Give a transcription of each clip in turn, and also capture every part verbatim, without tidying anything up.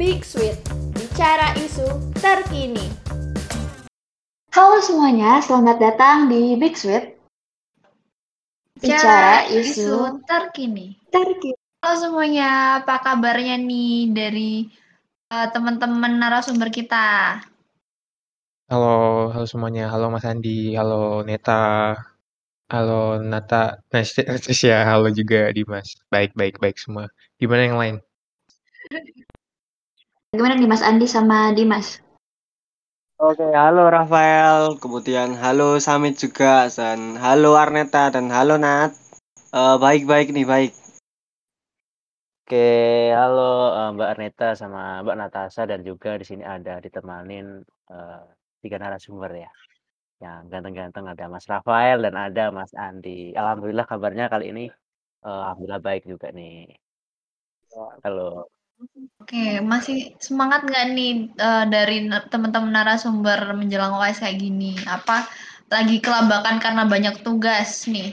Big Sweet, bicara isu terkini. Halo semuanya, selamat datang di Big Sweet, bicara isu terkini. terkini. Halo semuanya, apa kabarnya nih dari uh, teman-teman narasumber kita? Halo, halo semuanya. Halo Mas Andi, halo Neta, halo Nata, nice ya, halo juga Dimas. Baik, baik, baik semua. Gimana yang lain? Gimana nih Mas Andi sama Dimas? Oke, halo Rafael, kemudian halo Samit juga, dan halo Arneta, dan halo Nat. Eh, baik-baik nih, baik. Oke, halo uh, Mbak Arneta sama Mbak Natasha, dan juga di sini ada ditemanin uh, tiga narasumber ya. Yang ganteng-ganteng, ada Mas Rafael dan ada Mas Andi. Alhamdulillah kabarnya kali ini uh, alhamdulillah baik juga nih. Halo. Oke, masih semangat nggak nih uh, dari na- teman-teman narasumber menjelang U A S kayak gini? Apa lagi kelabakan karena banyak tugas nih?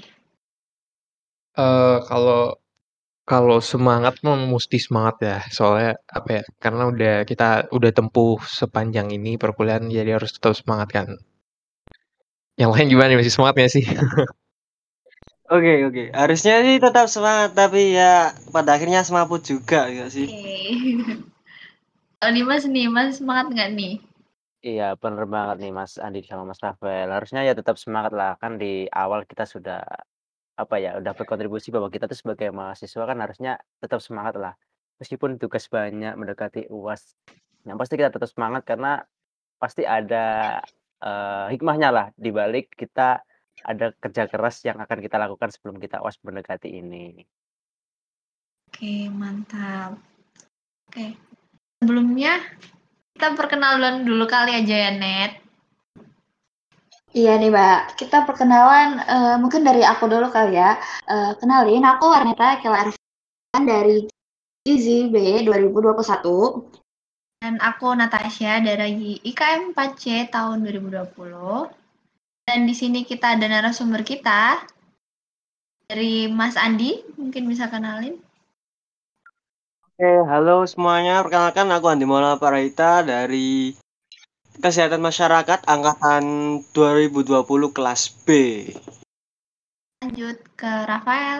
Eh kalau kalau semangat mah mesti semangat ya. Soalnya apa ya? Karena udah kita udah tempuh sepanjang ini perkuliahan, jadi harus tetap semangat kan. Yang lain gimana nih? Masih semangat nggak sih? Oke, oke. Harusnya sih tetap semangat, tapi ya pada akhirnya semaput juga, ya sih. Oke. Kalau Dimas nih, Mas semangat nggak nih? Iya, bener banget nih Mas Andi sama Mas Rafael. Harusnya ya tetap semangat lah, kan di awal kita sudah apa ya, udah berkontribusi bahwa kita tuh sebagai mahasiswa kan harusnya tetap semangat lah. Meskipun tugas banyak mendekati U A S, yang pasti kita tetap semangat karena pasti ada eh, hikmahnya lah di balik kita ada kerja keras yang akan kita lakukan sebelum kita U A S mendekati ini. Oke, mantap. Oke, sebelumnya kita perkenalan dulu kali aja ya, Net. Iya nih Mbak, kita perkenalan uh, mungkin dari aku dulu kali ya. Uh, kenalin, aku Arneta Kela Arfan dari Gizi B dua ribu dua puluh satu. Dan aku Natasha dari I K M empat C tahun dua ribu dua puluh. Dan di sini kita ada narasumber kita dari Mas Andi, mungkin bisa kenalin. Oke, halo semuanya. Perkenalkan, aku Andi Maulana Paraita dari Kesehatan Masyarakat Angkatan dua ribu dua puluh kelas B. Lanjut ke Rafael.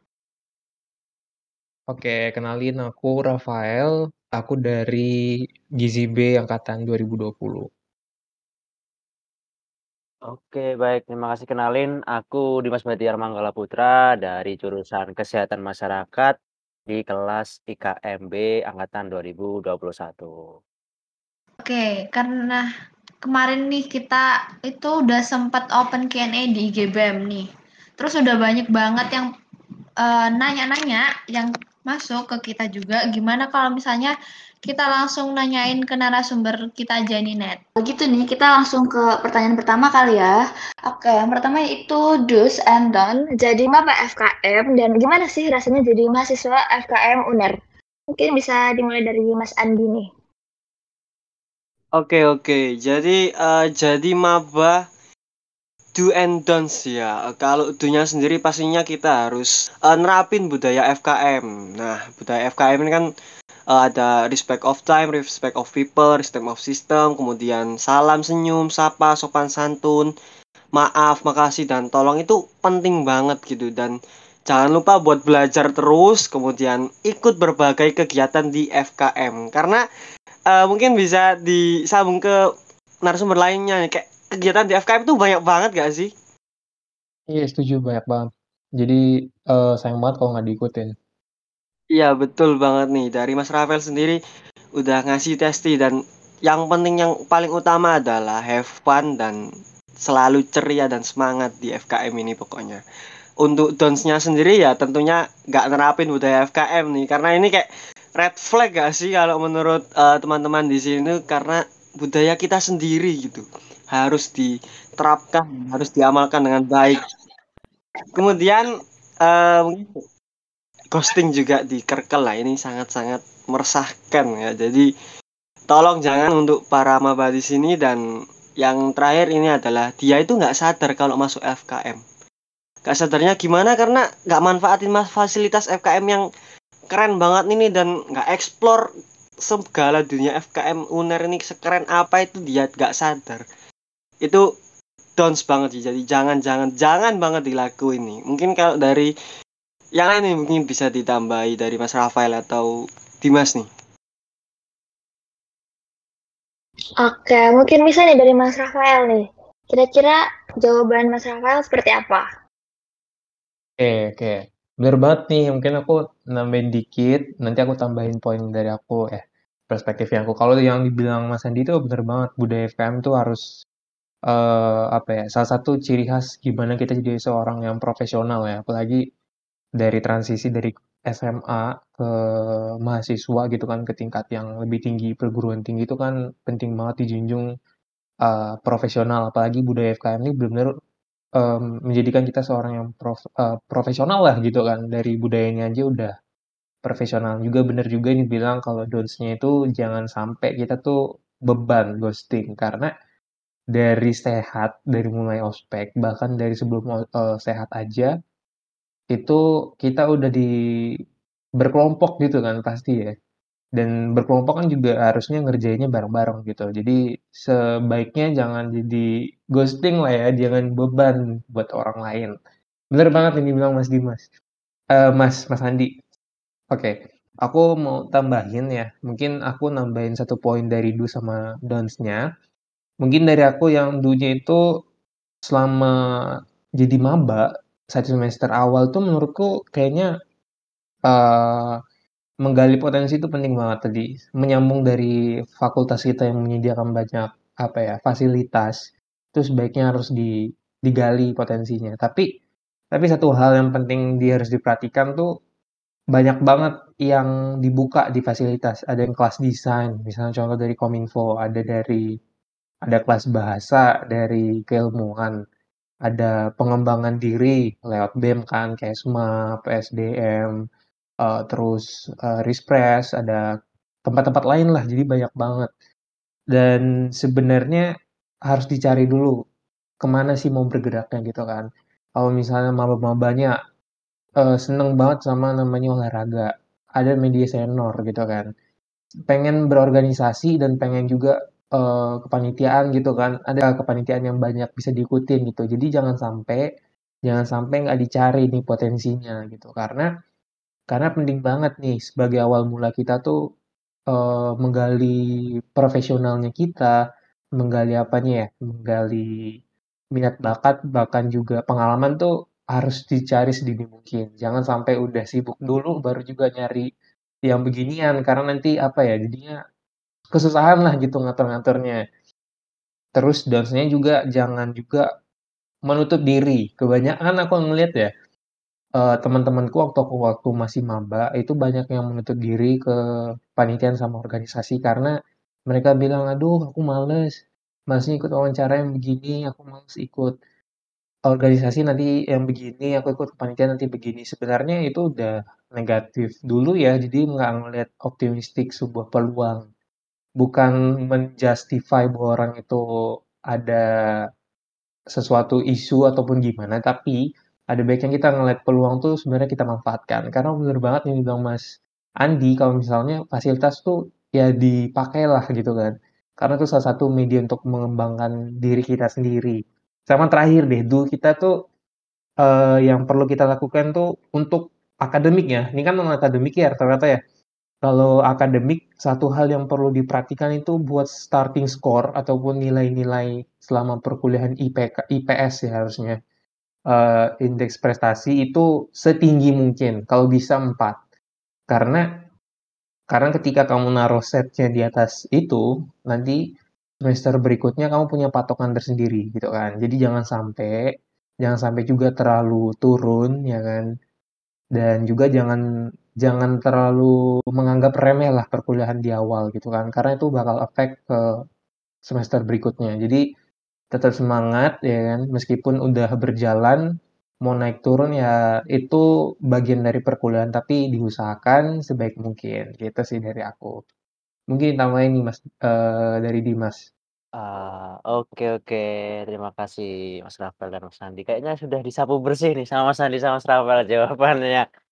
Oke, kenalin aku Rafael. Aku dari Gizi B angkatan dua ribu dua puluh. Oke, baik. Terima kasih kenalin. Aku Dimas Batiar Manggala Putra dari jurusan Kesehatan Masyarakat di kelas I K M B angkatan dua ribu dua puluh satu. Oke, karena kemarin nih kita itu udah sempat open Q and A di I G B M nih. Terus udah banyak banget yang eh, nanya-nanya yang masuk ke kita juga. Gimana kalau misalnya kita langsung nanyain ke narasumber kita aja nih, Net? Begitu nih, kita langsung ke pertanyaan pertama kali ya. Oke, yang pertama itu do's and don't. Jadi maba F K M dan gimana sih rasanya jadi mahasiswa F K M U N E R? Mungkin bisa dimulai dari Mas Andi nih. Oke, oke. Jadi, eh, jadi maba do and don'ts ya. Kalau do-nya sendiri pastinya kita harus eh, nerapin budaya F K M. Nah, budaya F K M ini kan eh, ada respect of time, respect of people, respect of system, kemudian salam, senyum, sapa, sopan santun, maaf, makasih, dan tolong itu penting banget gitu. Dan jangan lupa buat belajar terus, kemudian ikut berbagai kegiatan di F K M. Karena eh, mungkin bisa disambung ke narasumber lainnya nih, kayak kegiatan di F K M tuh banyak banget gak sih? Iya, setuju banyak banget. Jadi eh, sayang banget kalau nggak diikutin. Iya, betul banget nih. Dari Mas Rafael sendiri udah ngasih testi, dan yang penting yang paling utama adalah have fun dan selalu ceria dan semangat di F K M ini pokoknya. Untuk dons-nya sendiri ya tentunya nggak nerapin budaya F K M nih, karena ini kayak red flag gak sih kalau menurut eh, teman-teman di sini, karena budaya kita sendiri gitu harus diterapkan, harus diamalkan dengan baik. Kemudian eh, mungkin ghosting juga dikerkel lah, ini sangat-sangat meresahkan ya. Jadi tolong jangan untuk para maba di sini. Dan yang terakhir ini adalah dia itu nggak sadar kalau masuk F K M. Gak sadarnya gimana? Karena nggak manfaatin mas fasilitas F K M yang keren banget ini, dan nggak explore segala dunia F K M UNER ini sekeren apa itu dia nggak sadar. Itu downs banget sih. Jadi jangan jangan jangan banget dilakuin nih. Mungkin kalau dari yang lain nih mungkin bisa ditambahi dari Mas Rafael atau Dimas nih. Oke, mungkin bisa nih dari Mas Rafael nih. Kira-kira jawaban Mas Rafael seperti apa? Oke, oke. Bener banget nih, mungkin aku nambahin dikit, nanti aku tambahin poin dari aku ya, perspektifnya aku. Kalau yang dibilang Mas Andi itu bener banget, budaya F K M itu harus, eh, apa ya, salah satu ciri khas gimana kita jadi seorang yang profesional ya, apalagi dari transisi dari S M A ke mahasiswa gitu kan, ke tingkat yang lebih tinggi, perguruan tinggi itu kan penting banget dijunjung eh, profesional, apalagi budaya F K M ini benar-benar em, menjadikan kita seorang yang prof- eh, profesional lah gitu kan, dari budayanya aja udah profesional. Juga bener juga ini bilang kalau donsnya itu jangan sampai kita tuh beban ghosting, karena dari sehat, dari mulai ospek bahkan dari sebelum eh, sehat aja itu kita udah di berkelompok gitu kan pasti ya, dan berkelompok kan juga harusnya ngerjainnya bareng-bareng gitu. Jadi sebaiknya jangan jadi ghosting lah ya, jangan beban buat orang lain. Bener banget ini bilang Mas Dimas. Eh Mas Mas Andi. Oke, aku mau tambahin ya. Mungkin aku nambahin satu poin dari do sama don'ts-nya. Mungkin dari aku yang do-nya itu selama jadi maba satu semester awal tuh menurutku kayaknya eh, menggali potensi itu penting banget tadi. Menyambung dari fakultas kita yang menyediakan banyak apa ya fasilitas, itu sebaiknya harus di, digali potensinya. Tapi tapi satu hal yang penting dia harus diperhatikan tuh banyak banget yang dibuka di fasilitas. Ada yang kelas desain, misalnya contoh dari Kominfo, ada dari ada kelas bahasa dari keilmuan, ada pengembangan diri lewat B E M kan, Kesma, P S D M, eh, terus eh, Rispres, ada tempat-tempat lain lah, jadi banyak banget. Dan sebenarnya harus dicari dulu kemana sih mau bergeraknya gitu kan. Kalau misalnya maba-mabanya eh, seneng banget sama namanya olahraga, ada media senior gitu kan, pengen berorganisasi dan pengen juga eh, kepanitiaan gitu kan, ada kepanitiaan yang banyak bisa diikutin gitu. Jadi jangan sampai jangan sampai nggak dicari nih potensinya gitu, karena karena penting banget nih sebagai awal mula kita tuh eh, menggali profesionalnya kita, menggali apanya ya, menggali minat bakat, bahkan juga pengalaman tuh harus dicari sedini mungkin. Jangan sampai udah sibuk dulu baru juga nyari yang beginian, karena nanti apa ya, jadinya kesusahan lah gitu ngatur-ngaturnya. Terus dance-nya juga jangan juga menutup diri. Kebanyakan aku ngeliat ya, eh, teman-temanku waktu aku waktu masih maba itu banyak yang menutup diri ke panitian sama organisasi karena mereka bilang, aduh aku males, masih ikut wawancara yang begini, aku males ikut organisasi nanti yang begini, aku ikut panitia nanti begini. Sebenarnya itu udah negatif dulu ya, jadi nggak ngeliat optimistik sebuah peluang. Bukan menjustify bahwa orang itu ada sesuatu isu ataupun gimana, tapi ada baiknya kita ngeliat peluang tuh sebenarnya kita manfaatkan. Karena bener banget yang bilang Mas Andi, kalau misalnya fasilitas tuh ya dipakailah gitu kan. Karena itu salah satu media untuk mengembangkan diri kita sendiri. Sama terakhir deh, dulu kita tuh eh, yang perlu kita lakukan tuh untuk akademik ya. Ini kan non akademik ya ternyata ya. Kalau akademik, satu hal yang perlu diperhatikan itu buat starting score ataupun nilai-nilai selama perkuliahan I P K, I P S ya harusnya. Eh, indeks prestasi itu setinggi mungkin, kalau bisa empat. Karena karena ketika kamu naruh setnya di atas itu, nanti semester berikutnya kamu punya patokan tersendiri gitu kan. Jadi jangan sampai jangan sampai juga terlalu turun ya kan. Dan juga jangan jangan terlalu menganggap remeh lah perkuliahan di awal gitu kan, karena itu bakal efek ke semester berikutnya. Jadi tetap semangat ya kan, meskipun udah berjalan mau naik turun ya itu bagian dari perkuliahan, tapi diusahakan sebaik mungkin gitu sih dari aku. Mungkin tambahin nih Mas, eh, dari Dimas. Ah, oke oke. Terima kasih Mas Rafael dan Mas Andi. Kayaknya sudah disapu bersih nih sama Mas Andi sama Mas Rafael jawabannya.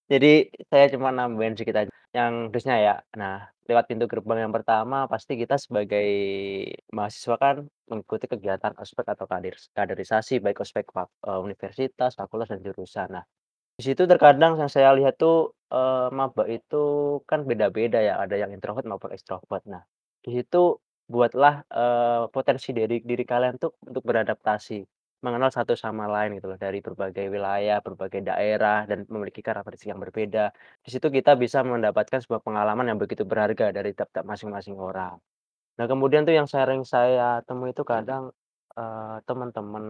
Jadi saya cuma nambahin sedikit aja, yang dusnya ya. Nah, lewat pintu gerbang yang pertama pasti kita sebagai mahasiswa kan mengikuti kegiatan ospek atau kader kaderisasi, baik ospek fak eee, universitas, fakultas, dan jurusan. Nah, di situ terkadang yang saya lihat tuh, eee, maba itu kan beda-beda ya, ada yang introvert maupun ekstrovert. Nah, di situ buatlah, eee, potensi dari diri kalian tuh untuk beradaptasi, mengenal satu sama lain gitu loh, dari berbagai wilayah, berbagai daerah, dan memiliki karakteristik yang berbeda. Di situ kita bisa mendapatkan sebuah pengalaman yang begitu berharga dari tiap-tiap masing-masing orang. Nah, kemudian tuh yang sering saya temui itu kadang, eee, teman-teman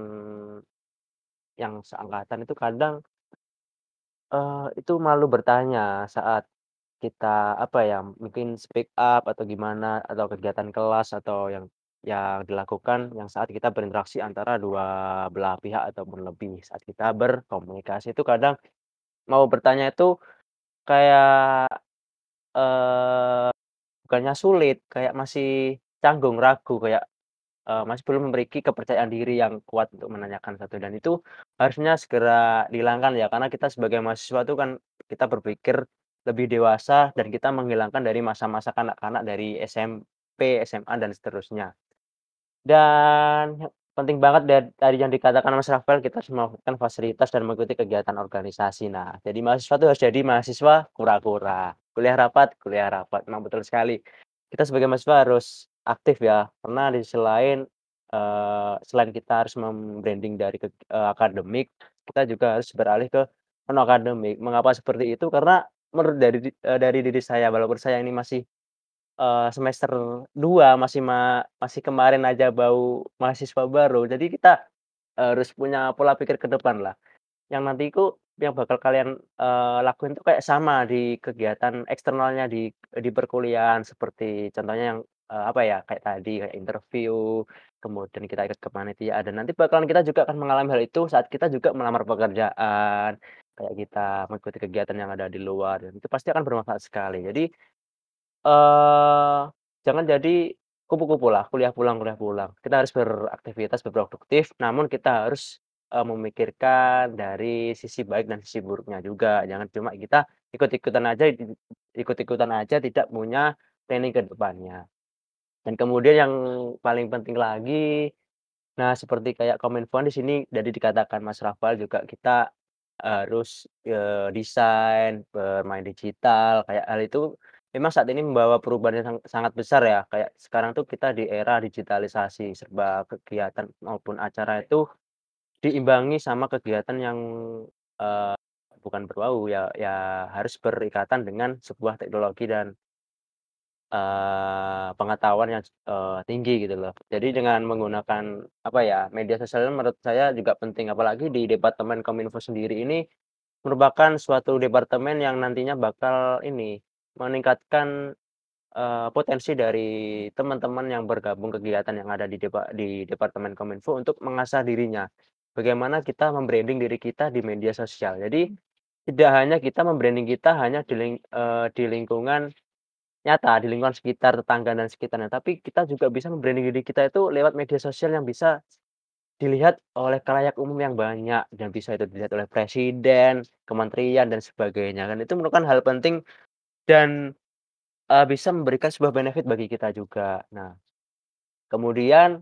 yang seangkatan itu kadang Eee, itu malu bertanya saat kita, apa ya, mungkin speak up atau gimana, atau kegiatan kelas atau yang yang dilakukan yang saat kita berinteraksi antara dua belah pihak ataupun lebih. Saat kita berkomunikasi itu kadang mau bertanya itu kayak, eee, bukannya sulit, kayak masih canggung, ragu, kayak Eee, masih belum memiliki kepercayaan diri yang kuat untuk menanyakan satu dan itu harusnya segera dihilangkan ya, karena kita sebagai mahasiswa itu kan kita berpikir lebih dewasa dan kita menghilangkan dari masa-masa kanak-kanak dari S M P, S M A, dan seterusnya. Dan yang penting banget da dari yang dikatakan Mas Rafael, kita harus melakukan fasilitas dan mengikuti kegiatan organisasi. Nah, jadi mahasiswa itu harus jadi mahasiswa kura-kura, kuliah rapat, kuliah rapat, memang betul sekali. Kita sebagai mahasiswa harus aktif ya, karena di sisi lain, eee, selain kita harus mem-branding dari keg eee, akademik, kita juga harus beralih ke non akademik. Mengapa seperti itu? Karena menurut dari di eee, dari diri saya, walaupun saya ini masih Eee, semester dua masih ma masih kemarin aja bau mahasiswa baru. Jadi kita harus punya pola pikir ke depan lah, yang nantiku yang bakal kalian, eee, lakuin tuh kayak sama di kegiatan eksternalnya di di perkuliahan. Seperti contohnya yang, eee, apa ya, kayak tadi, kayak interview, kemudian kita ikut kepanitiaan, dan nanti bakalan kita juga akan mengalami hal itu saat kita juga melamar pekerjaan, kayak kita mengikuti kegiatan yang ada di luar, dan itu pasti akan bermanfaat sekali. Jadi Eee, jangan jadi kupu-kupu lah, kuliah pulang kuliah pulang. Kita harus beraktivitas, berproduktif, namun kita harus, eee, memikirkan dari sisi baik dan sisi buruknya juga. Jangan cuma kita ikut-ikutan aja di ikut-ikutan aja tidak punya planning ke depannya. Dan kemudian yang paling penting lagi, nah, seperti kayak Kominfo di sini jadi dikatakan Mas Rafael juga kita harus, eee, desain, bermain digital, kayak hal itu memang saat ini membawa perubahan yang sang sangat besar ya. Kayak sekarang tuh kita di era digitalisasi, serba kegiatan maupun acara itu diimbangi sama kegiatan yang, eee, bukan berbau ya ya harus berikatan dengan sebuah teknologi dan Eee, pengetahuan yang, eee, tinggi gitu loh. Jadi dengan menggunakan, apa ya, media sosial menurut saya juga penting, apalagi di Departemen Kominfo sendiri ini merupakan suatu departemen yang nantinya bakal ini, meningkatkan, eee, potensi dari teman-teman yang bergabung kegiatan yang ada di depa di Departemen Kominfo untuk mengasah dirinya. Bagaimana kita mem-branding diri kita di media sosial. Jadi tidak hanya kita mem-branding kita hanya di ling eee, di lingkungan nyata, di lingkungan sekitar, tetangga dan sekitarnya, tapi kita juga bisa mem-branding diri kita itu lewat media sosial yang bisa dilihat oleh khalayak umum yang banyak, dan bisa itu dilihat oleh presiden, kementerian, dan sebagainya, kan itu merupakan hal penting dan, eee, bisa memberikan sebuah benefit bagi kita juga. Nah, kemudian,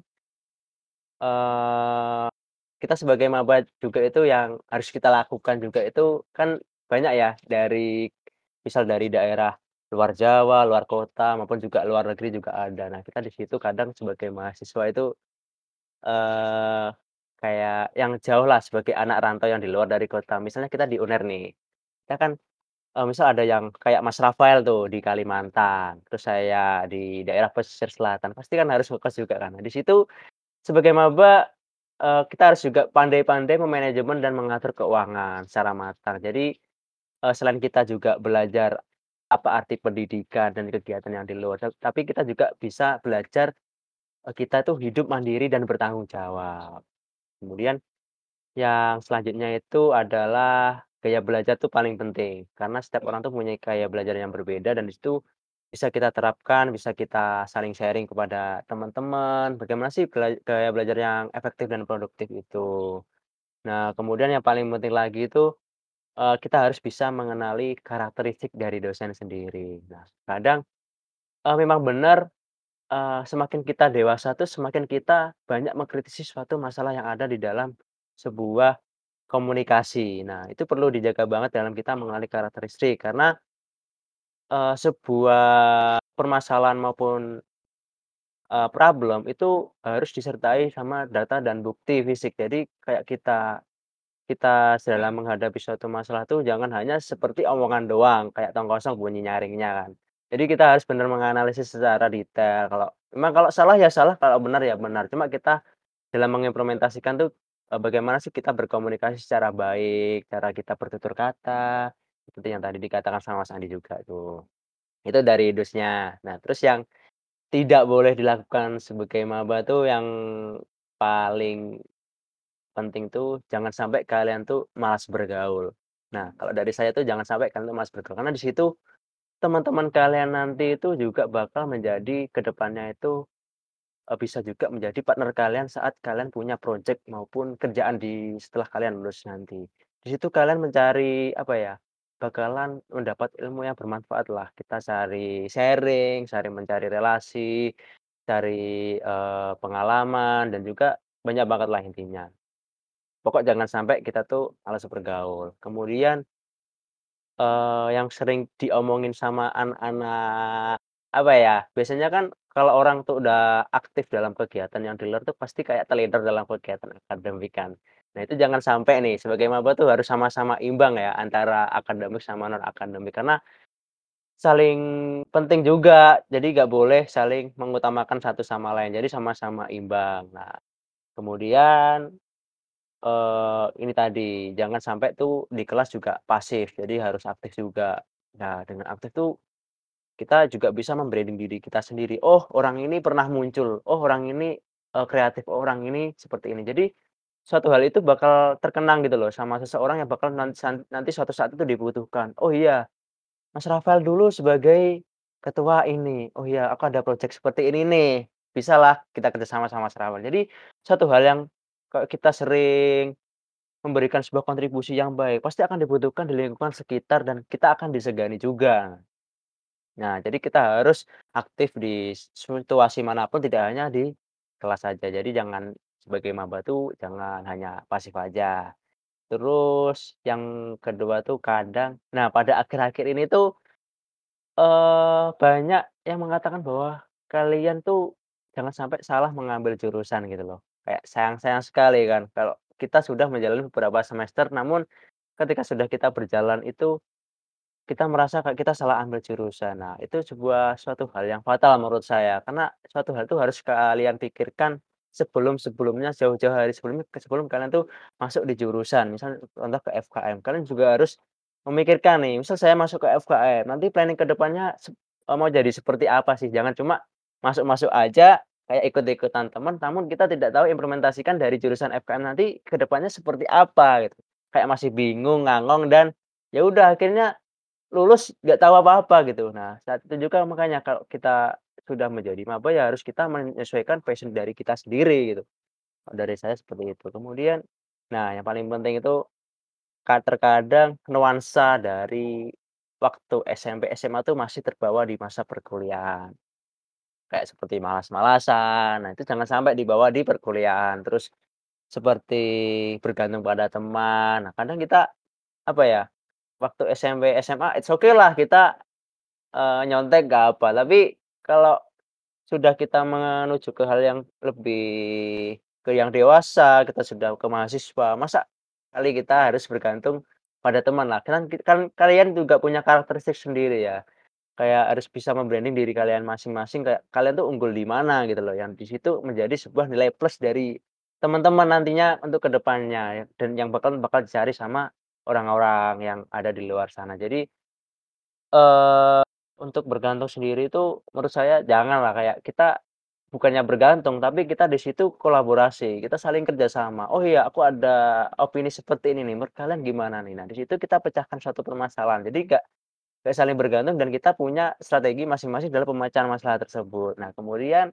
eee, kita sebagai maba juga itu yang harus kita lakukan juga itu kan banyak ya, dari misal dari daerah luar Jawa, luar kota, maupun juga luar negeri juga ada. Nah, kita di situ kadang sebagai mahasiswa itu, eee, kayak yang jauh lah sebagai anak rantau yang di luar dari kota. Misalnya kita di UNER nih, kita kan, eee, misal ada yang kayak Mas Rafael tuh di Kalimantan, terus saya di daerah pesisir selatan, pasti kan harus ngekos juga kan. Nah, di situ sebagai maba, eee, kita harus juga pandai-pandai memanajemen dan mengatur keuangan secara matang. Jadi, Eee, selain kita juga belajar apa arti pendidikan dan kegiatan yang di luar, ta tapi kita juga bisa belajar, eee, kita tuh hidup mandiri dan bertanggung jawab. Kemudian yang selanjutnya itu adalah gaya belajar tuh paling penting, karena setiap orang tuh punya gaya belajar yang berbeda dan di situ bisa kita terapkan, bisa kita saling sharing kepada teman-teman, bagaimana sih bela gaya belajar yang efektif dan produktif itu. Nah, kemudian yang paling penting lagi itu eee, kita harus bisa mengenali karakteristik dari dosen sendiri. Nah, kadang, eee, memang benar, eee, semakin kita dewasa tuh semakin kita banyak mengkritisi suatu masalah yang ada di dalam sebuah komunikasi. Nah, itu perlu dijaga banget dalam kita mengenali karakteristik karena, eee, sebuah permasalahan maupun, eee, problem itu harus disertai sama data dan bukti fisik. Jadi kayak kita kita dalam menghadapi suatu masalah tuh jangan hanya seperti omongan doang, kayak tong kosong bunyi nyaringnya kan. Jadi kita harus benar menganalisis secara detail, kalau memang kalau salah ya salah, kalau benar ya benar. Cuma kita dalam mengimplementasikan tuh, eee, bagaimana sih kita berkomunikasi secara baik, cara kita bertutur kata, seperti yang tadi dikatakan sama Mas Andi juga tuh. Itu dari dusnya. Nah, terus yang tidak boleh dilakukan sebagai maba tuh yang paling penting tuh jangan sampai kalian tuh malas bergaul. Nah, kalau dari saya tuh jangan sampai kalian tuh malas bergaul, karena di situ teman-teman kalian nanti itu juga bakal menjadi ke depannya itu, eee, bisa juga menjadi partner kalian saat kalian punya project maupun kerjaan di setelah kalian lulus nanti. Di situ kalian mencari, apa ya, bakalan mendapat ilmu yang bermanfaat lah. Kita cari sharing, cari mencari relasi, cari, eee, pengalaman, dan juga banyak banget lah intinya. Pokok jangan sampai kita tuh malas bergaul. Kemudian, eee, yang sering diomongin sama anak-anak, apa ya, biasanya kan kalau orang tuh udah aktif dalam kegiatan yang di luar tuh pasti kayak terlider dalam kegiatan akademik kan. Nah, itu jangan sampai nih, sebagai maba tuh harus sama-sama imbang ya antara akademik sama non akademik, karena saling penting juga. Jadi nggak boleh saling mengutamakan satu sama lain, jadi sama-sama imbang. Nah, kemudian Eee, ini tadi, jangan sampai tuh di kelas juga pasif, jadi harus aktif juga. Nah, dengan aktif tuh kita juga bisa mem-branding diri kita sendiri, "Oh, orang ini pernah muncul. Oh, orang ini, eee, kreatif. Oh, orang ini seperti ini." Jadi, suatu hal itu bakal terkenang gitu loh sama seseorang yang bakal nan san nanti suatu saat itu dibutuhkan. "Oh iya, Mas Rafael dulu sebagai ketua ini. Oh iya, aku ada project seperti ini nih. Bisalah kita kerja sama sama Mas Rafael." Jadi, suatu hal yang kayak kita sering memberikan sebuah kontribusi yang baik, pasti akan dibutuhkan di lingkungan sekitar dan kita akan disegani juga. Nah, jadi kita harus aktif di situasi manapun, tidak hanya di kelas saja. Jadi jangan sebagai maba tuh jangan hanya pasif aja. Terus yang kedua tuh kadang nah pada akhir-akhir ini tuh, eee, banyak yang mengatakan bahwa kalian tuh jangan sampai salah mengambil jurusan gitu loh. Kayak sayang-sayang sekali kan kalau kita sudah menjalani beberapa semester namun ketika sudah kita berjalan itu, kita merasa kayak kita salah ambil jurusan. Nah, itu sebuah suatu hal yang fatal menurut saya, karena suatu hal itu harus kalian pikirkan sebelum-sebelumnya, jauh-jauh hari sebelumnya, ke sebelum kalian tuh masuk di jurusan. Misal contoh ke F K M, kalian juga harus memikirkan nih, misal saya masuk ke F K M, nanti planning ke depannya sep eee, mau jadi seperti apa sih? Jangan cuma masuk-masuk aja, kayak ikut-ikutan teman, namun kita tidak tahu implementasikan dari jurusan F K M nanti ke depannya seperti apa gitu. Kayak masih bingung, ngangong, dan ya udah akhirnya lulus nggak tahu apa-apa gitu. Nah, saat itu juga makanya kalau kita sudah menjadi maba ya harus kita menyesuaikan passion dari kita sendiri gitu. Kalau dari saya seperti itu. Kemudian, nah yang paling penting itu ka terkadang nuansa dari waktu S M P, S M A tuh masih terbawa di masa perkuliahan. Kayak seperti malas-malasan, nah itu jangan sampai dibawa di perkuliahan. Terus seperti bergantung pada teman. Nah, kadang kita apa ya, waktu S M P, S M A it's okay lah kita Eee, nyontek nggak apa, tapi kalau sudah kita menuju ke hal yang lebih ke yang dewasa, kita sudah ke mahasiswa, masa kali kita harus bergantung pada teman lah, kan kit kan kalian juga punya karakteristik sendiri ya, kayak harus bisa mem-branding diri kalian masing-masing, kayak kalian tuh unggul di mana gitu loh, yang di situ menjadi sebuah nilai plus dari teman-teman nantinya untuk ke depannya ya, dan yang bakal bakal dicari sama orang-orang yang ada di luar sana. Jadi, Eee, untuk bergantung sendiri itu menurut saya janganlah, kayak kita bukannya bergantung, tapi kita di situ kolaborasi, kita saling kerjasama. "Oh iya, aku ada opini seperti ini nih, menurut kalian gimana nih?" Nah, di situ kita pecahkan suatu permasalahan. Jadi nggak nggak saling bergantung dan kita punya strategi masing-masing dalam pemecahan masalah tersebut. Nah, kemudian,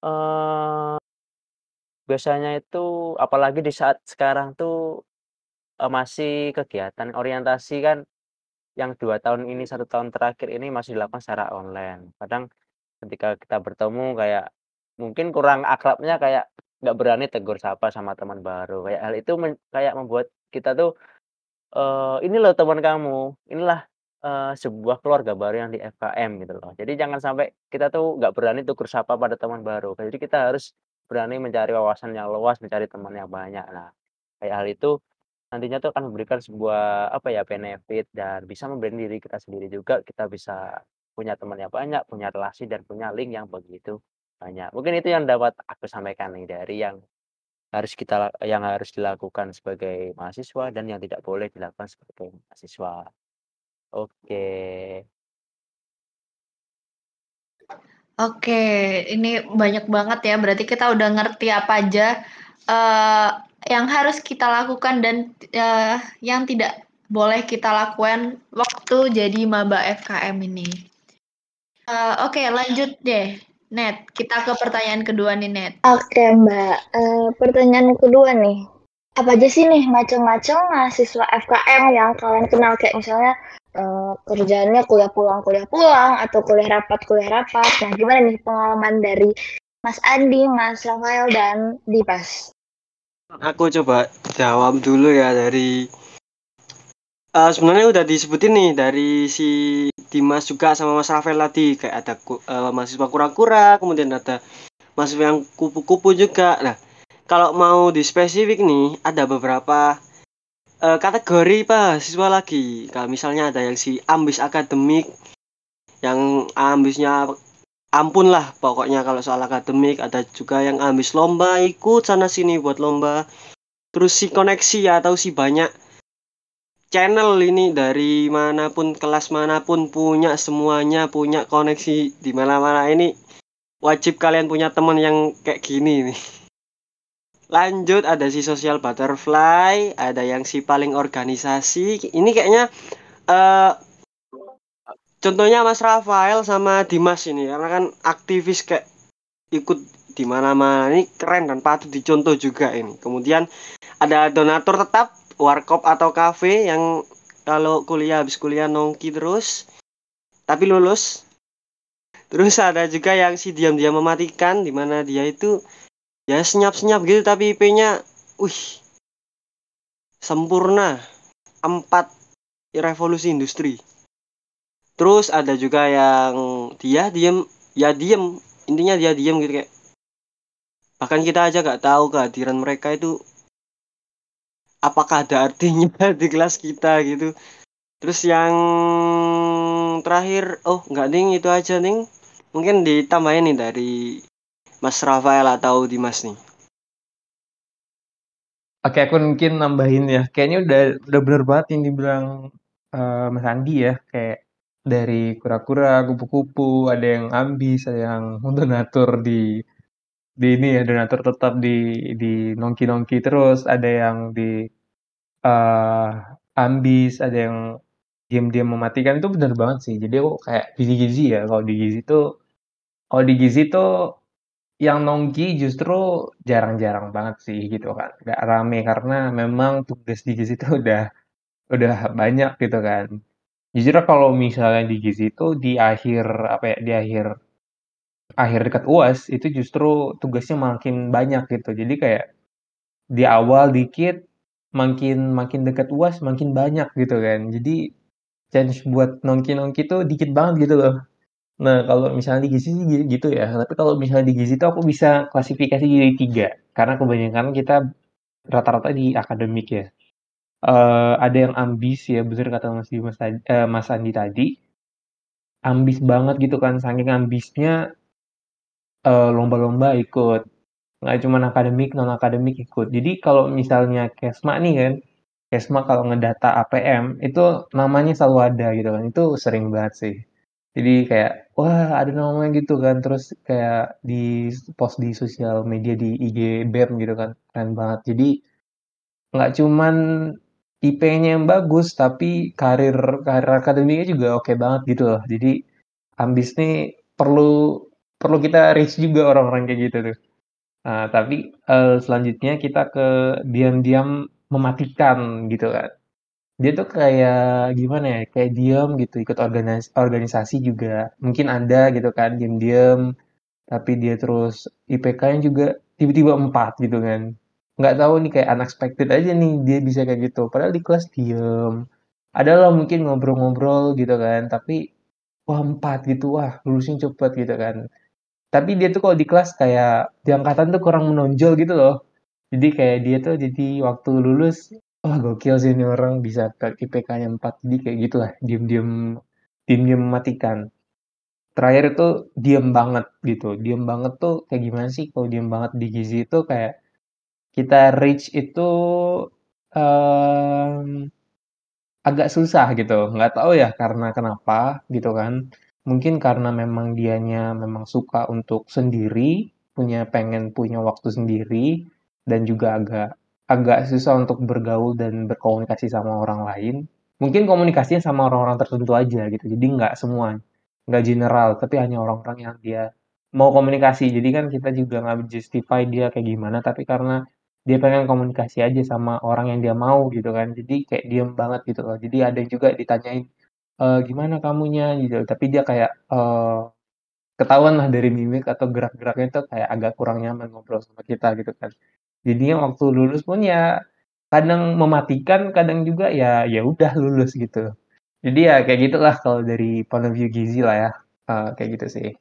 eee, biasanya itu apalagi di saat sekarang tuh eee, masih kegiatan orientasi kan yang dua tahun ini, satu tahun terakhir ini masih dilakukan secara online. Kadang ketika kita bertemu kayak mungkin kurang akrabnya kayak nggak berani tegur sapa sama teman baru, kayak hal itu men kayak membuat kita tuh, eee, "Ini loh teman kamu, inilah, eee, sebuah keluarga baru yang di F K M," gitu loh. Jadi jangan sampai kita tuh nggak berani tegur sapa pada teman baru. Jadi kita harus berani mencari wawasan yang luas, mencari teman yang banyak. Nah, kayak hal itu nantinya tuh akan memberikan sebuah, apa ya, benefit dan bisa memberi diri kita sendiri juga, kita bisa punya teman yang banyak, punya relasi dan punya link yang begitu banyak. Mungkin itu yang dapat aku sampaikan nih dari yang harus kita la yang harus dilakukan sebagai mahasiswa dan yang tidak boleh dilakukan sebagai mahasiswa. Oke. Oke, ini banyak banget ya, berarti kita udah ngerti apa aja, eee, yang harus kita lakukan dan, eee, yang tidak boleh kita lakukan waktu jadi maba F K M ini. Eee, oke lanjut deh, Net, kita ke pertanyaan kedua nih, Net. Oke Mbak, eee, pertanyaan kedua nih, apa aja sih nih macam-macam mahasiswa F K M yang kalian kenal? Kayak misalnya, eee, kerjaannya kuliah pulang kuliah pulang, atau kuliah rapat kuliah rapat. Nah, gimana nih pengalaman dari Mas Andi, Mas Rafael, dan Dimas? Aku coba jawab dulu ya dari uh, sebenarnya udah disebutin nih dari si Dimas juga sama Mas Rafael tadi, kayak ada uh, mahasiswa kura-kura, kemudian ada mahasiswa yang kupu-kupu juga. Nah, kalau mau di spesifik nih ada beberapa uh, kategori mahasiswa lagi. Kalau misalnya ada yang si ambis akademik, yang ambisnya ampun lah pokoknya kalau soal akademik. Ada juga yang ambis lomba, ikut sana sini buat lomba. Terus si koneksi atau si banyak channel ini dari manapun, kelas manapun, punya semuanya, punya koneksi di mana-mana. Ini wajib kalian punya teman yang kayak gini nih. Lanjut ada si social butterfly, ada yang si paling organisasi. Ini kayaknya uh, contohnya Mas Rafael sama Dimas ini, karena kan aktivis kayak ikut di mana-mana. Ini keren dan patut dicontoh juga ini. Kemudian ada donatur tetap, warkop atau kafe yang kalau kuliah habis kuliah nongki terus tapi lulus. Terus ada juga yang si diam-diam mematikan, di mana dia itu ya senyap-senyap gitu tapi I P-nya wih sempurna, empat revolusi industri. Terus ada juga yang dia diem, ya diem, intinya dia diem gitu kayak. Bahkan kita aja gak tahu kehadiran mereka itu apakah ada artinya di kelas kita gitu. Terus yang terakhir, oh nggak ding, itu aja ding. Mungkin ditambahin nih dari Mas Rafael atau Dimas nih. Oke, aku mungkin nambahin ya. Kayaknya udah udah bener banget yang dibilang uh, Mas Andi ya. Kayak dari kura-kura, kupu-kupu, ada yang ambis, ada yang donatur di di ini ya, donatur tetap di di nongki-nongki terus, ada yang di uh, ambis, ada yang diam-diam mematikan. Itu bener banget sih. Jadi aku kayak gizi-gizi ya. Kalau di gizi tuh, kalau di gizi tuh yang nongki justru jarang-jarang banget sih gitu kan. Gak rame karena memang tugas di gizi itu udah udah banyak gitu kan. Jujur kalau misalnya di gizi itu di akhir apa ya, di akhir akhir dekat U A S itu justru tugasnya makin banyak gitu. Jadi kayak di awal dikit, makin makin dekat U A S makin banyak gitu kan. Jadi chance buat nongki-nongki tuh dikit banget gitu loh. Nah, kalau misalnya di gizi sih gi- gitu ya. Tapi kalau misalnya di gizi tuh aku bisa klasifikasi jadi tiga. Karena kebanyakan kita rata-rata di akademik ya. Eh, ada yang ambis ya, bener kata Mas Dimas tadi, eh, Mas Andi tadi, ambis banget gitu kan, saking ambisnya eh, lomba-lomba ikut, nggak cuma akademik, non akademik ikut. Jadi kalau misalnya Kesma nih kan, Kesma kalau ngedata A P M itu namanya selalu ada gitu kan, itu sering banget sih. Jadi kayak wah ada namanya gitu kan, terus kayak di post di sosial media di I G B E M gitu kan, keren banget. Jadi nggak cuman I P-nya yang bagus, tapi karir karir akademiknya juga oke banget gitu loh. Jadi ambis nih perlu perlu kita reach juga orang-orang kayak gitu tuh. Nah, tapi eh, selanjutnya kita ke diam-diam mematikan gitu kan. Dia tuh kayak gimana ya, kayak diam gitu, ikut organis organisasi juga mungkin ada gitu kan, diam-diam, tapi dia terus I P K-nya juga tiba-tiba empat gitu kan. Nggak tahu nih, kayak unexpected aja nih dia bisa kayak gitu. Padahal di kelas diem. Ada lah mungkin ngobrol-ngobrol gitu kan, tapi wah empat gitu, wah lulusnya cepet gitu kan. Tapi dia tuh kalau di kelas kayak di angkatan tuh kurang menonjol gitu loh. Jadi kayak dia tuh jadi waktu lulus, wah gokil sih ini orang bisa ke I P K-nya empat. Jadi kayak gitulah, diem-diem diem-diem mematikan. Terakhir itu diem banget gitu. Diem banget tuh kayak gimana sih kalau diem banget di Gizi itu kayak kita reach itu em, agak susah gitu. Nggak tahu ya karena kenapa gitu kan. Mungkin karena memang dianya memang suka untuk sendiri, punya pengen punya waktu sendiri, dan juga agak agak susah untuk bergaul dan berkomunikasi sama orang lain. Mungkin komunikasinya sama orang-orang tertentu aja gitu. Jadi nggak semua, nggak general, tapi hanya orang-orang yang dia mau komunikasi. Jadi kan kita juga nggak justify dia kayak gimana, tapi karena dia pengen komunikasi aja sama orang yang dia mau gitu kan. Jadi kayak diem banget gitu loh. Jadi ada yang juga ditanyain, "Eh, gimana kamunya gitu. Tapi dia kayak eh, ketahuan lah dari mimik atau gerak-geraknya tuh kayak agak kurang nyaman ngobrol sama kita gitu kan. Jadinya waktu lulus pun ya kadang mematikan, kadang juga ya ya udah lulus gitu. Jadi ya kayak gitulah kalau dari point of view Gizi lah ya. Eh, kayak gitu sih.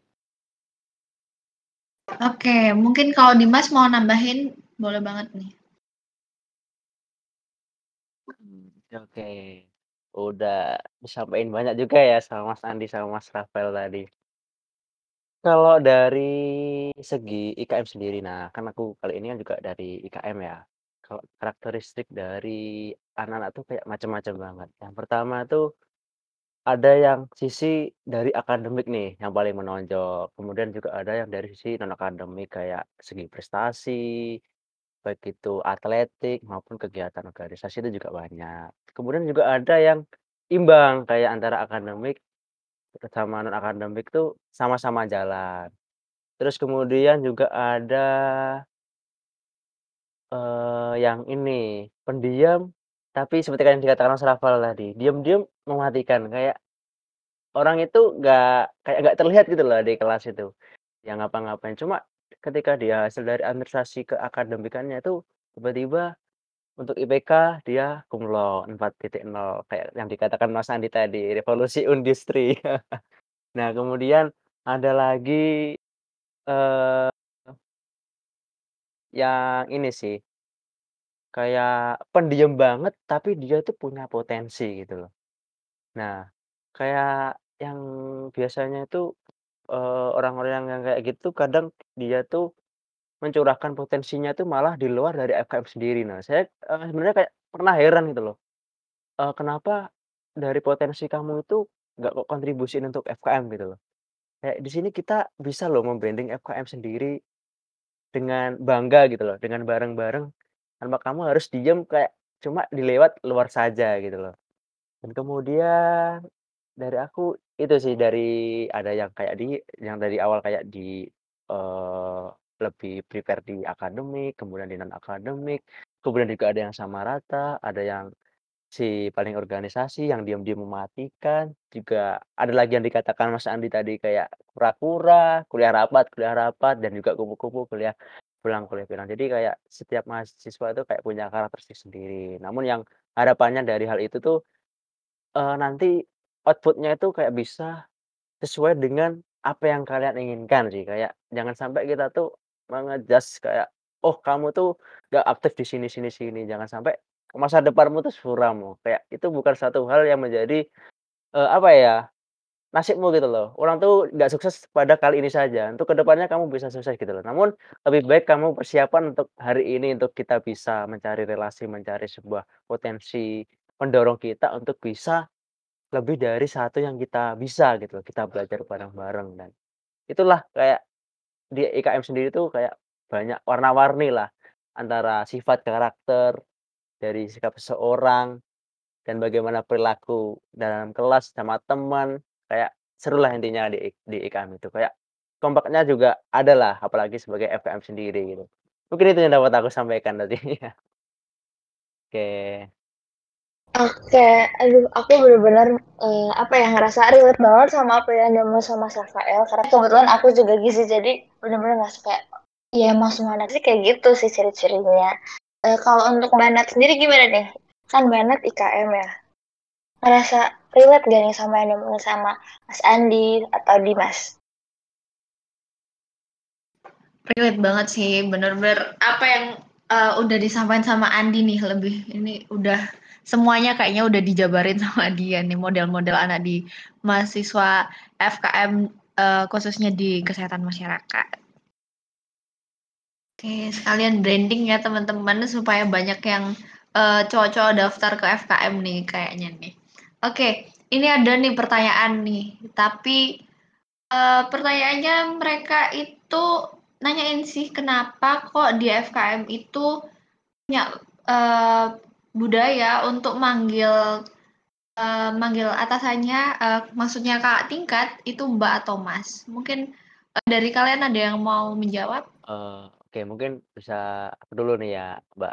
Oke, mungkin kalau Dimas mau nambahin, boleh banget nih. Hmm, oke. Udah disampaikan banyak juga ya sama Mas Andi sama Mas Rafael tadi. Kalau dari segi I K M sendiri, nah kan aku kali ini kan juga dari I K M ya. Kalau karakteristik dari anak-anak tuh kayak macam-macam banget. Yang pertama tuh ada yang sisi dari akademik nih yang paling menonjol. Kemudian juga ada yang dari sisi non akademik kayak segi prestasi, baik itu atletik maupun kegiatan organisasi itu juga banyak. Kemudian juga ada yang imbang kayak antara akademik sama non akademik tuh sama-sama jalan. Terus kemudian juga ada, eee, yang ini, pendiam, tapi seperti yang dikatakan Mas Rafael tadi, diam-diam mematikan, kayak orang itu nggak kayak nggak terlihat gitu loh di kelas itu, yang ngapa-ngapain. Cuma ketika dia hasil dari administrasi keakademikannya itu tiba-tiba untuk I P K dia cum laude empat titik nol kayak yang dikatakan Mas Andi tadi, revolusi industri. Nah kemudian ada lagi, eee, yang ini sih, kayak pendiam banget, tapi dia tuh punya potensi gitu loh. Nah, kayak yang biasanya itu, eee, orang-orang yang kayak gitu kadang dia tuh mencurahkan potensinya tuh malah di luar dari F K M sendiri. Nah, saya, eee, sebenarnya kayak pernah heran gitu loh, eee, kenapa dari potensi kamu itu nggak kok kontribusiin untuk F K M gitu loh. Kayak di sini kita bisa loh mem-branding F K M sendiri dengan bangga gitu loh, dengan bareng-bareng tanpa kamu harus diem kayak cuma dilewat luar saja gitu loh. Dan kemudian dari aku itu sih, dari ada yang kayak di yang dari awal kayak di, eee, lebih prepare di akademik, kemudian di non akademik, kemudian juga ada yang sama rata, ada yang si paling organisasi yang diam-diam mematikan, juga ada lagi yang dikatakan Mas Andi tadi kayak kura-kura, kuliah rapat kuliah rapat, dan juga kupu-kupu kuliah pulang kuliah pulang. Jadi kayak setiap mahasiswa itu kayak punya karakteristik sendiri. Namun yang harapannya dari hal itu tuh, eee, nanti output-nya itu kayak bisa sesuai dengan apa yang kalian inginkan sih. Kayak jangan sampai kita tuh menge kayak, "Oh kamu tuh nggak aktif di sini sini sini." Jangan sampai masa depanmu tuh suram loh. Kayak itu bukan satu hal yang menjadi, eee, apa ya, nasibmu gitu loh. Orang tuh nggak sukses pada kali ini saja, untuk kedepannya kamu bisa sukses gitu loh. Namun lebih baik kamu persiapan untuk hari ini, untuk kita bisa mencari relasi, mencari sebuah potensi pendorong kita untuk bisa lebih dari satu yang kita bisa gitu loh, kita belajar bareng-bareng. Dan itulah kayak di I K M sendiri tuh kayak banyak warna-warni lah, antara sifat karakter, dari sikap seseorang, dan bagaimana perilaku dalam kelas sama teman, kayak serulah intinya di I di I K M itu. Kayak kompaknya juga ada lah, apalagi sebagai F K M sendiri gitu. Mungkin itu yang dapat aku sampaikan tadi. Oke. Oke, aduh aku bener-bener eh, apa ya ngerasa relate banget sama apa yang diomongin sama Mas Rafael karena kebetulan aku juga gizi jadi bener-bener ngerasa kayak ya emang semua anak sih kayak gitu sih ciri-cirinya. Eh, kalau untuk Mbak Nat sendiri gimana nih? Kan Mbak Nat I K M ya. Ngerasa relate gak nih sama yang diomongin sama Mas Andi atau Dimas? Relate banget sih, bener-bener apa yang uh, udah disampaikan sama Andi nih lebih ini udah semuanya kayaknya udah dijabarin sama dia nih model-model anak di mahasiswa F K M uh, khususnya di kesehatan masyarakat. Oke, sekalian branding ya teman-teman supaya banyak yang uh, cowok-cowok daftar ke F K M nih kayaknya nih. Oke, ini ada nih pertanyaan nih, tapi uh, pertanyaannya mereka itu nanyain sih kenapa kok di F K M itu punya uh, budaya untuk manggil uh, manggil atasannya, uh, maksudnya kakak tingkat itu Mbak atau Mas. Mungkin uh, dari kalian ada yang mau menjawab? Uh, Oke, mungkin bisa aku dulu nih ya, Mbak.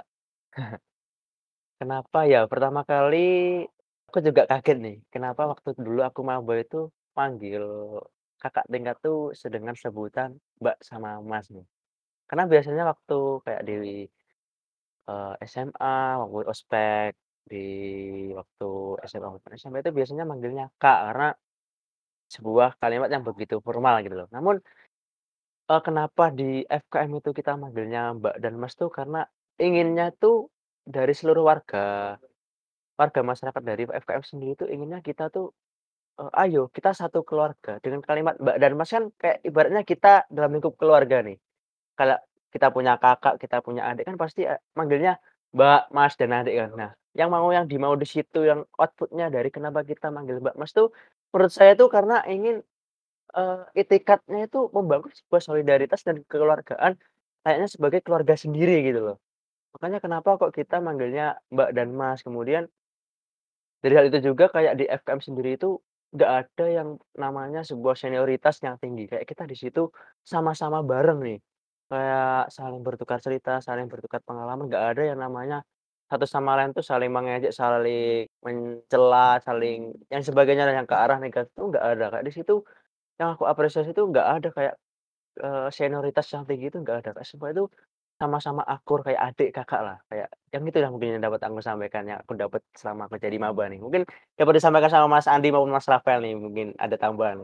Kenapa ya? Pertama kali aku juga kaget nih. Kenapa waktu dulu aku maba itu panggil kakak tingkat tuh dengan sebutan Mbak sama Mas nih. Karena biasanya waktu kayak di eh, S M A, waktu ospek, di waktu S M A, maupun S M P itu biasanya manggilnya Kak karena sebuah kalimat yang begitu formal gitu loh. Namun eh, kenapa di F K M itu kita manggilnya Mbak dan Mas tuh karena inginnya tuh dari seluruh warga warga masyarakat dari F K M sendiri tuh inginnya kita tuh, eee, ayo kita satu keluarga dengan kalimat Mbak dan Mas kan kayak ibaratnya kita dalam lingkup keluarga nih. Kalau kita punya kakak, kita punya adik kan pasti, eee, manggilnya Mbak, Mas, dan adik kan. Nah, yang mau yang dimau di situ yang output-nya dari kenapa kita manggil Mbak, Mas tuh menurut saya tuh karena ingin, eee, itikadnya itu membangun sebuah solidaritas dan kekeluargaan kayaknya sebagai keluarga sendiri gitu loh. Makanya kenapa kok kita manggilnya Mbak dan Mas, kemudian dari hal itu juga kayak di F K M sendiri itu, nggak ada yang namanya sebuah senioritas yang tinggi, kayak kita di situ sama-sama bareng nih, kayak saling bertukar cerita, saling bertukar pengalaman, nggak ada yang namanya satu sama lain tuh saling mengejek, saling mencela, saling yang sebagainya yang ke arah negatif tuh nggak ada, Kak. Di situ yang aku apresiasi itu nggak ada kayak, eee, senioritas yang tinggi itu nggak ada, Kak. Semua itu sama-sama akur kayak adik kakak lah, kayak yang itu yang mungkin yang dapat aku sampaikan, yang aku dapat selama aku jadi maba nih. Mungkin dapat disampaikan sama Mas Andi maupun Mas Rafael nih, mungkin ada tambahan.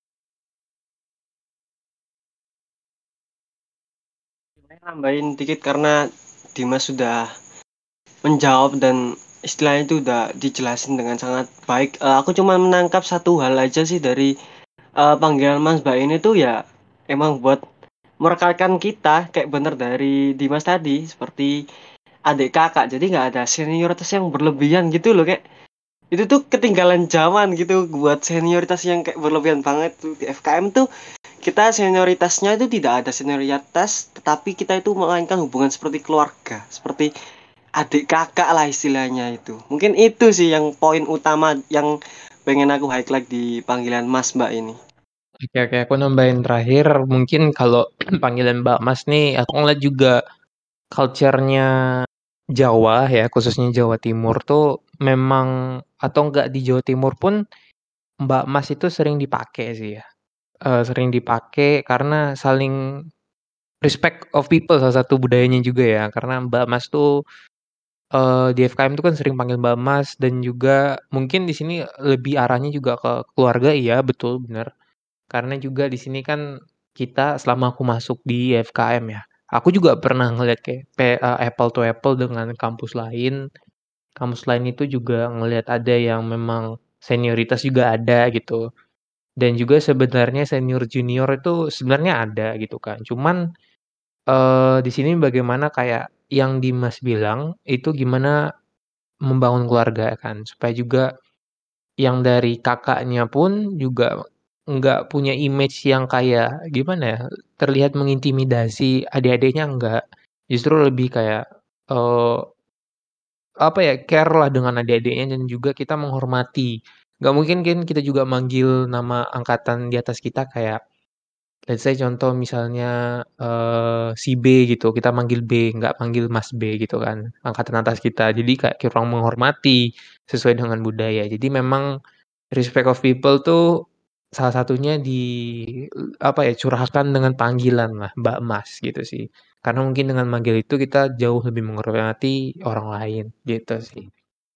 Saya nambahin dikit karena Dimas sudah menjawab dan istilahnya itu udah dijelasin dengan sangat baik. Eh, aku cuma menangkap satu hal aja sih dari eh, panggilan Mas Mbak ini tuh ya emang buat merekatkan kita kayak bener dari Dimas tadi seperti adik kakak. Jadi nggak ada senioritas yang berlebihan gitu loh kayak itu tuh ketinggalan zaman gitu buat senioritas yang kayak berlebihan banget tuh di F K M tuh kita senioritasnya itu tidak ada senioritas tetapi kita itu melainkan hubungan seperti keluarga seperti adik kakak lah istilahnya itu. Mungkin itu sih yang poin utama yang pengen aku highlight di panggilan Mas Mbak ini. Oke oke, aku nambahin terakhir, mungkin kalau panggilan Mbak Mas nih, aku ngeliat juga culture-nya Jawa ya, khususnya Jawa Timur tuh memang atau enggak di Jawa Timur pun Mbak Mas itu sering dipakai sih ya. Eee, sering dipakai karena saling respect of people salah satu budayanya juga ya, karena Mbak Mas tuh, eee, di F K M tuh kan sering panggil Mbak Mas dan juga mungkin di sini lebih arahnya juga ke keluarga iya betul, bener. Karena juga di sini kan kita selama aku masuk di F K M ya, aku juga pernah ngelihat kayak pe eee, apple to apple dengan kampus lain. Kampus lain itu juga ngelihat ada yang memang senioritas juga ada gitu, dan juga sebenarnya senior junior itu sebenarnya ada gitu kan. Cuman, eee, di sini bagaimana kayak yang Dimas bilang, itu gimana membangun keluarga kan, supaya juga yang dari kakaknya pun juga nggak punya image yang kayak gimana ya, terlihat mengintimidasi adik-adiknya enggak. Justru lebih kayak, eee, apa ya, care-lah dengan adik-adiknya dan juga kita menghormati. Nggak mungkin kan kita juga manggil nama angkatan di atas kita kayak let's say contoh misalnya eh, si B gitu, kita manggil B, nggak panggil Mas B gitu kan, angkatan atas kita. Jadi kayak kurang menghormati sesuai dengan budaya. Jadi memang respect of people tuh salah satunya di apa ya curahkan dengan panggilan lah, Mbak Mas gitu sih. Karena mungkin dengan manggil itu kita jauh lebih menghormati orang lain gitu sih.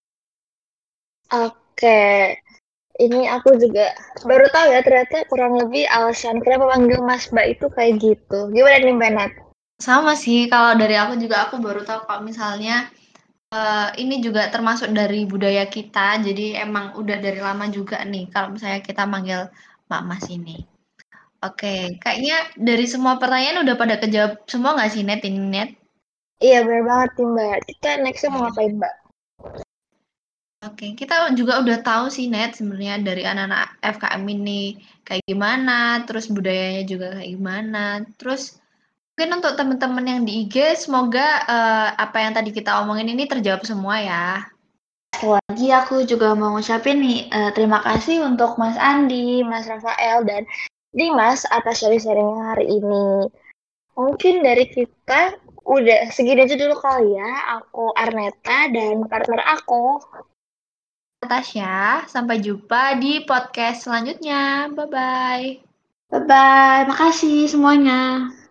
Oke, ini aku juga baru tahu ya ternyata kurang lebih alasan kenapa panggil Mas Mbak itu kayak gitu. Gimana nih Mbak Nat? Sama sih, kalau dari aku juga aku baru tahu kalau misalnya eh, ini juga termasuk dari budaya kita, jadi emang udah dari lama juga nih kalau misalnya kita manggil Mbak Mas ini. Oke, kayaknya dari semua pertanyaan udah pada kejawab semua nggak sih, Net, ini Net? Iya benar banget nih Mbak. Kita nextnya mau ngapain Mbak? Oke, kita juga udah tahu sih, Net, sebenarnya dari anak-anak F K M ini kayak gimana, terus budayanya juga kayak gimana. Terus mungkin untuk teman-teman yang di I G, semoga eh, apa yang tadi kita omongin ini terjawab semua ya. Sekali lagi aku juga mau ngucapin nih eh, terima kasih untuk Mas Andi, Mas Rafael, dan Dimas atas sharing-sharingnya hari ini. Mungkin dari kita udah segini aja dulu kali ya. Aku Arneta dan partner aku. Tasya, sampai jumpa di podcast selanjutnya. Bye-bye. Bye-bye. Makasih semuanya.